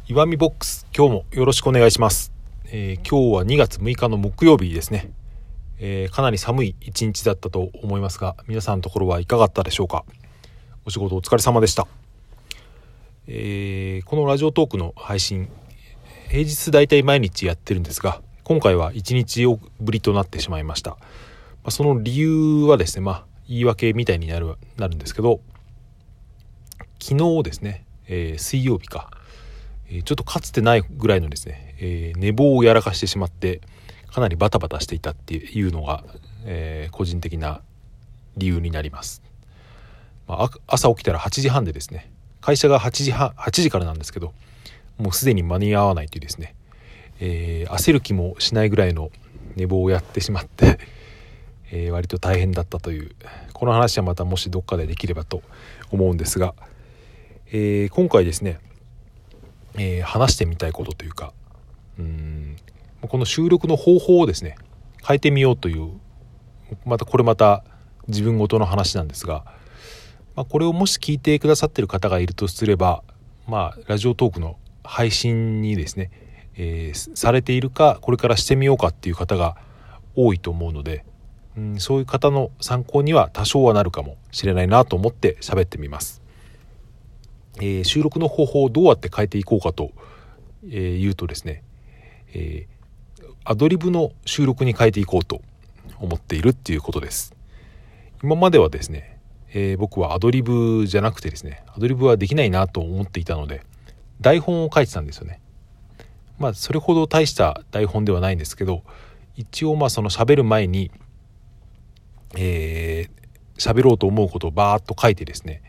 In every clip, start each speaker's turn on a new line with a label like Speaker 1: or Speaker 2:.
Speaker 1: 岩見ボックス、今日もよろしくお願いします。今日は2月6日の木曜日ですね。かなり寒い一日だったと思いますが、皆さんのところはいかがだったでしょうか。お仕事お疲れ様でした。このラジオトークの配信、平日だいたい毎日やってるんですが、今回は1日ぶりとなってしまいました。その理由はですね、言い訳みたいになるんですけど、昨日ですね、水曜日か、ちょっとかつてないぐらいのですね、寝坊をやらかしてしまってかなりバタバタしていたっていうのが、個人的な理由になります。朝起きたら8時半でですね、会社が8時からなんですけど、もうすでに間に合わないというですね、焦る気もしないぐらいの寝坊をやってしまって、割と大変だったという、この話はまたもしどっかでできればと思うんですが、今回ですね、話してみたいことというか、この収録の方法をですね変えてみようという、また自分ごとの話なんですが、これをもし聞いてくださっている方がいるとすれば、ラジオトークの配信にですね、されているかこれからしてみようかっていう方が多いと思うので、そういう方の参考には多少はなるかもしれないなと思って喋ってみます。収録の方法をどうやって変えていこうかというとですね、アドリブの収録に変えていこうと思っているっていうことです。今まではですね、僕はアドリブじゃなくてですね、アドリブはできないなと思っていたので台本を書いてたんですよね。それほど大した台本ではないんですけど、一応その喋る前に喋ろうと思うことをバーッと書いてですね、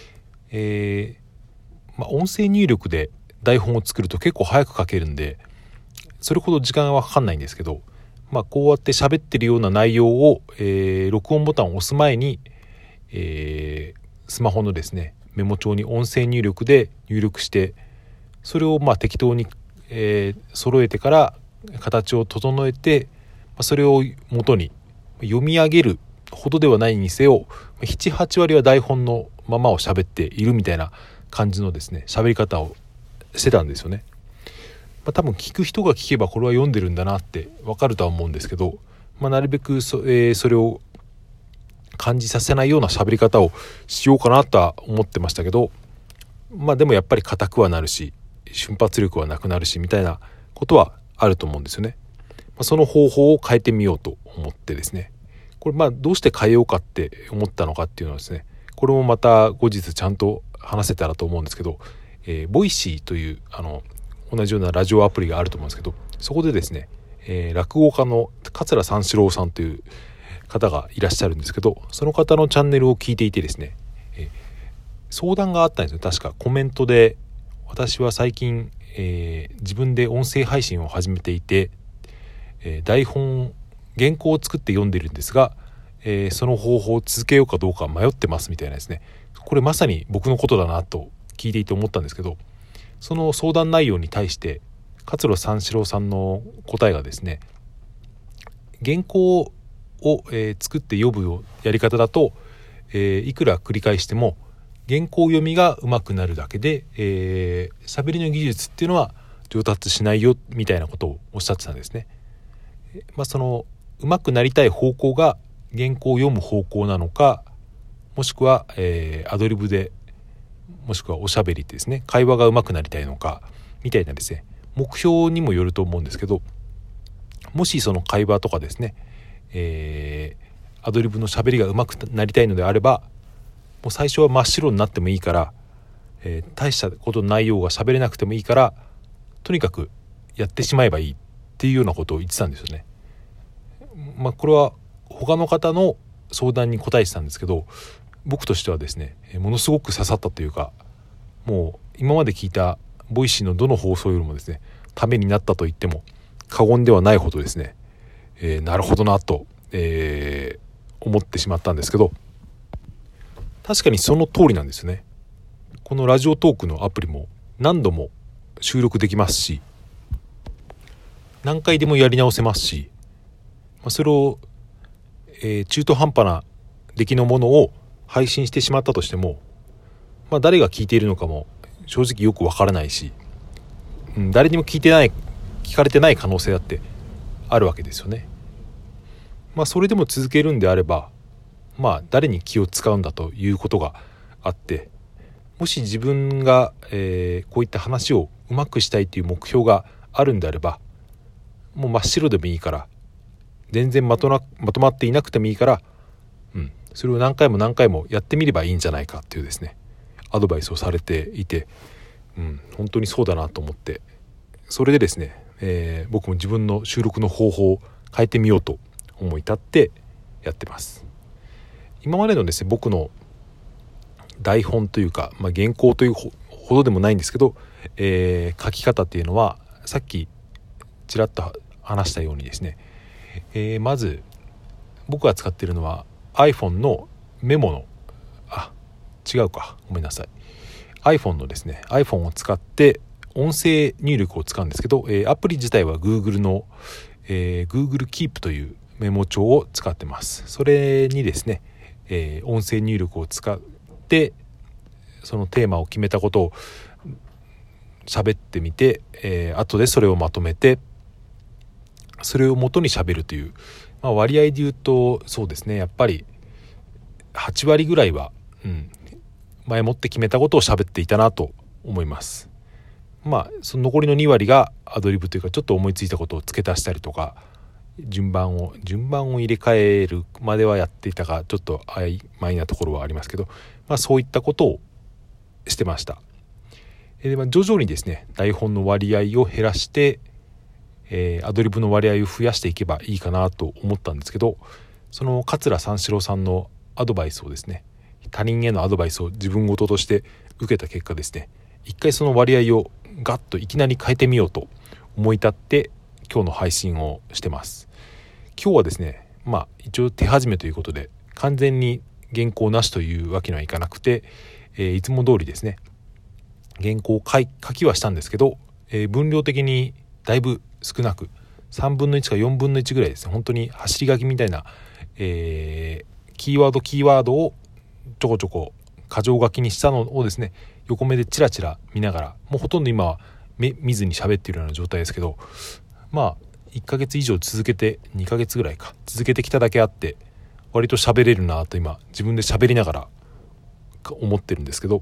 Speaker 1: 音声入力で台本を作ると結構早く書けるんでそれほど時間はかかんないんですけど、こうやって喋ってるような内容を、録音ボタンを押す前に、スマホのですねメモ帳に音声入力で入力して、それを適当に、揃えてから形を整えて、それを元に読み上げるほどではないにせよ 7,8 割は台本のままを喋っているみたいな感じのですね喋り方をしてたんですよね。多分聞く人が聞けばこれは読んでるんだなってわかるとは思うんですけど、なるべくそれを感じさせないような喋り方をしようかなとは思ってましたけど、でもやっぱり硬くはなるし瞬発力はなくなるしみたいなことはあると思うんですよね。その方法を変えてみようと思ってですね、これどうして変えようかって思ったのかっていうのはですね、これもまた後日ちゃんと話せたらと思うんですけど、ボイシーという同じようなラジオアプリがあると思うんですけど、そこでですね、落語家の桂三四郎さんという方がいらっしゃるんですけど、その方のチャンネルを聞いていてですね、相談があったんですよ。確かコメントで、私は最近、自分で音声配信を始めていて、原稿を作って読んでるんですが、その方法を続けようかどうか迷ってますみたいなですね、これまさに僕のことだなと聞いていて思ったんですけど、その相談内容に対して桂三四郎さんの答えがですね、原稿を、作って読むやり方だと、いくら繰り返しても原稿読みが上手くなるだけで喋りの技術っていうのは上達しないよみたいなことをおっしゃってたんですね。その上手くなりたい方向が原稿を読む方向なのか、もしくは、アドリブでもしくはおしゃべりですね、会話が上手くなりたいのかみたいなですね、目標にもよると思うんですけど、もしその会話とかですね、アドリブのしゃべりが上手くなりたいのであれば、もう最初は真っ白になってもいいから、大したことの内容がしゃべれなくてもいいから、とにかくやってしまえばいいっていうようなことを言ってたんですよね。これは他の方の相談に答えてたんですけど、僕としてはですねものすごく刺さったというか、もう今まで聞いたボイシーのどの放送よりもですねためになったと言っても過言ではないほどですね、なるほどなと、思ってしまったんですけど、確かにその通りなんですよね。このラジオトークのアプリも何度も収録できますし、何回でもやり直せますし、それを、中途半端な出来のものを配信してしまったとしても、誰が聞いているのかも正直よくわからないし、 誰にも聞かれてない可能性だってあるわけですよね。それでも続けるんであれば、誰に気を使うんだということがあって、もし自分が、こういった話をうまくしたいという目標があるんであれば、もう真っ白でもいいから、全然まとまっていなくてもいいから、それを何回も何回もやってみればいいんじゃないかっていうですね、アドバイスをされていて、本当にそうだなと思って、それでですね、僕も自分の収録の方法を変えてみようと思い立ってやってます。今までのですね、僕の台本というか、原稿というほどでもないんですけど、書き方っていうのはさっきちらっと話したようにですね、まず僕が使っているのは iPhone のメモの違うかごめんなさい iPhone のですね iPhone を使って音声入力を使うんですけど、アプリ自体は Google の、Google Keep というメモ帳を使ってます。それにですね、音声入力を使ってそのテーマを決めたことを喋ってみて、後でそれをまとめてそれを元に喋るという、割合で言うとそうですね、やっぱり8割ぐらいは、前もって決めたことを喋っていたなと思います。その残りの2割がアドリブというか、ちょっと思いついたことを付け足したりとか、順番を入れ替えるまではやっていたがちょっと曖昧なところはありますけど、そういったことをしてました。で、徐々にですね台本の割合を減らして、アドリブの割合を増やしていけばいいかなと思ったんですけど、その桂三四郎さんのアドバイスをですね、他人へのアドバイスを自分事として受けた結果ですね、一回その割合をガッといきなり変えてみようと思い立って今日の配信をしてます。今日はですね、一応手始めということで完全に原稿なしというわけにはいかなくて、いつも通りですね原稿を書きはしたんですけど、分量的にだいぶ少なく3分の1か4分の1ぐらいですね、本当に走り書きみたいな、キーワードをちょこちょこ箇条書きにしたのをですね横目でチラチラ見ながら、もうほとんど今は見ずに喋っているような状態ですけど、1ヶ月以上続けて2ヶ月ぐらいか続けてきただけあって、割と喋れるなと今自分で喋りながら思ってるんですけど、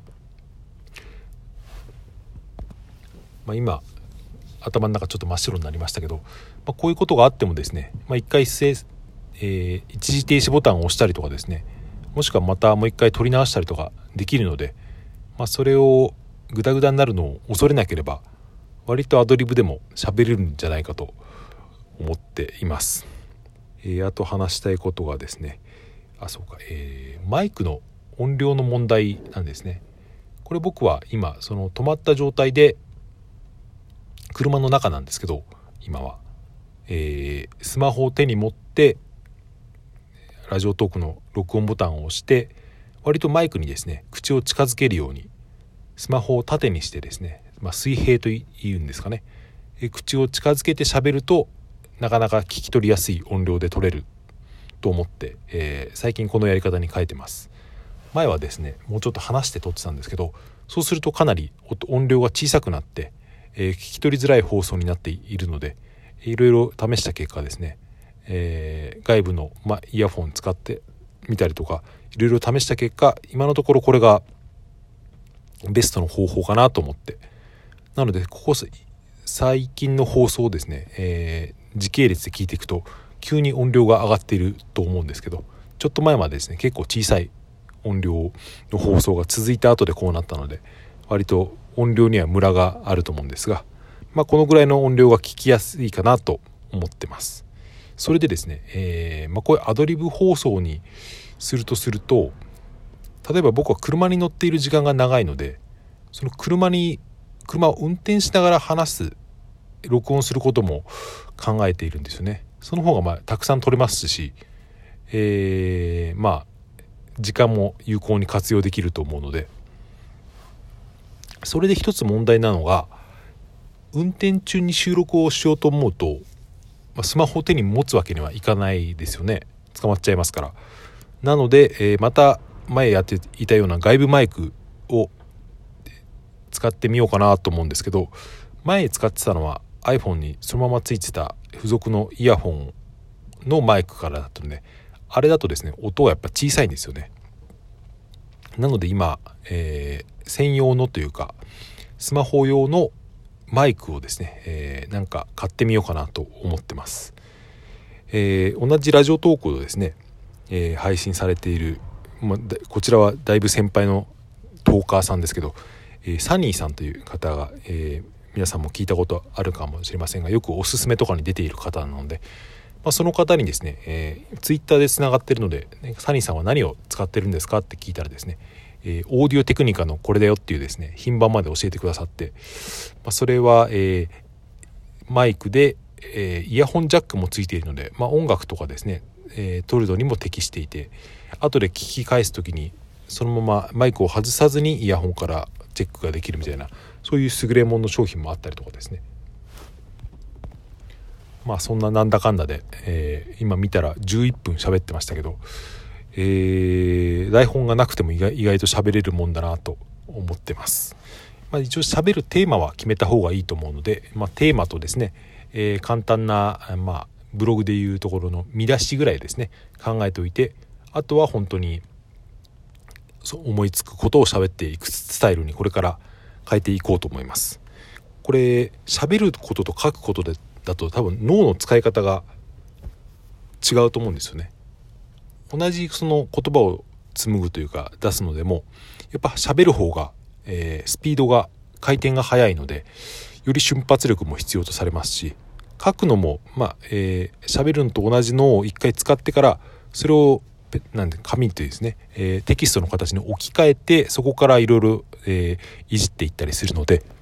Speaker 1: 今頭の中ちょっと真っ白になりましたけど、こういうことがあってもですね、一回一時停止ボタンを押したりとかですね、もしくはまたもう一回撮り直したりとかできるので、それをグダグダになるのを恐れなければ割とアドリブでも喋れるんじゃないかと思っています。あと話したいことがですね、マイクの音量の問題なんですね。これ僕は今その止まった状態で車の中なんですけど、今は、スマホを手に持ってラジオトークの録音ボタンを押して割とマイクにですね口を近づけるようにスマホを縦にしてですね、水平というんですかね、口を近づけて喋るとなかなか聞き取りやすい音量で取れると思って、最近このやり方に変えてます。前はですねもうちょっと離して撮ってたんですけど、そうするとかなり音量が小さくなって、聞き取りづらい放送になっているので、いろいろ試した結果ですね、外部の、イヤフォン使ってみたりとかいろいろ試した結果、今のところこれがベストの方法かなと思って、なのでここ最近の放送をですね、時系列で聞いていくと急に音量が上がっていると思うんですけど、ちょっと前までですね結構小さい音量の放送が続いた後でこうなったので、割と音量にはムラがあると思うんですが、このぐらいの音量が聞きやすいかなと思ってます。それでですね、こういうアドリブ放送にすると、例えば僕は車に乗っている時間が長いので、その車を運転しながら録音することも考えているんですよね。その方がたくさん取れますし、時間も有効に活用できると思うので、それで一つ問題なのが、運転中に収録をしようと思うと、スマホを手に持つわけにはいかないですよね。捕まっちゃいますから。なので、また前やっていたような外部マイクを使ってみようかなと思うんですけど、 前使ってたのは iPhone にそのままついてた付属のイヤホンのマイクからだとね、あれだとですね音がやっぱ小さいんですよね。なので今、専用のというかスマホ用のマイクをですね、なんか買ってみようかなと思ってます。同じラジオトークをですね、配信されている、こちらはだいぶ先輩のトーカーさんですけど、サニーさんという方が、皆さんも聞いたことあるかもしれませんが、よくおすすめとかに出ている方なので、その方にですね、ツイッターでつながっているので、サニーさんは何を使ってるんですかって聞いたらですね、オーディオテクニカのこれだよっていうですね品番まで教えてくださって、それは、マイクで、イヤホンジャックもついているので、音楽とかですね、撮るのにも適していて、後で聞き返す時にそのままマイクを外さずにイヤホンからチェックができるみたいな、そういう優れものの商品もあったりとかですね。そんななんだかんだで、今見たら11分喋ってましたけど、台本がなくても意外と喋れるもんだなと思ってます。一応喋るテーマは決めた方がいいと思うので、テーマとですね、簡単な、ブログでいうところの見出しぐらいですね考えておいて、あとは本当に思いつくことを喋っていくスタイルにこれから変えていこうと思います。これ喋ることと書くことだと多分脳の使い方が違うと思うんですよね。同じその言葉を紡ぐというか出すのでも、やっぱ喋る方が、スピードが回転が速いので、より瞬発力も必要とされますし、書くのも喋るのと同じのを一回使ってからそれを紙ってですね、テキストの形に置き換えて、そこからいろいろいじっていったりするので、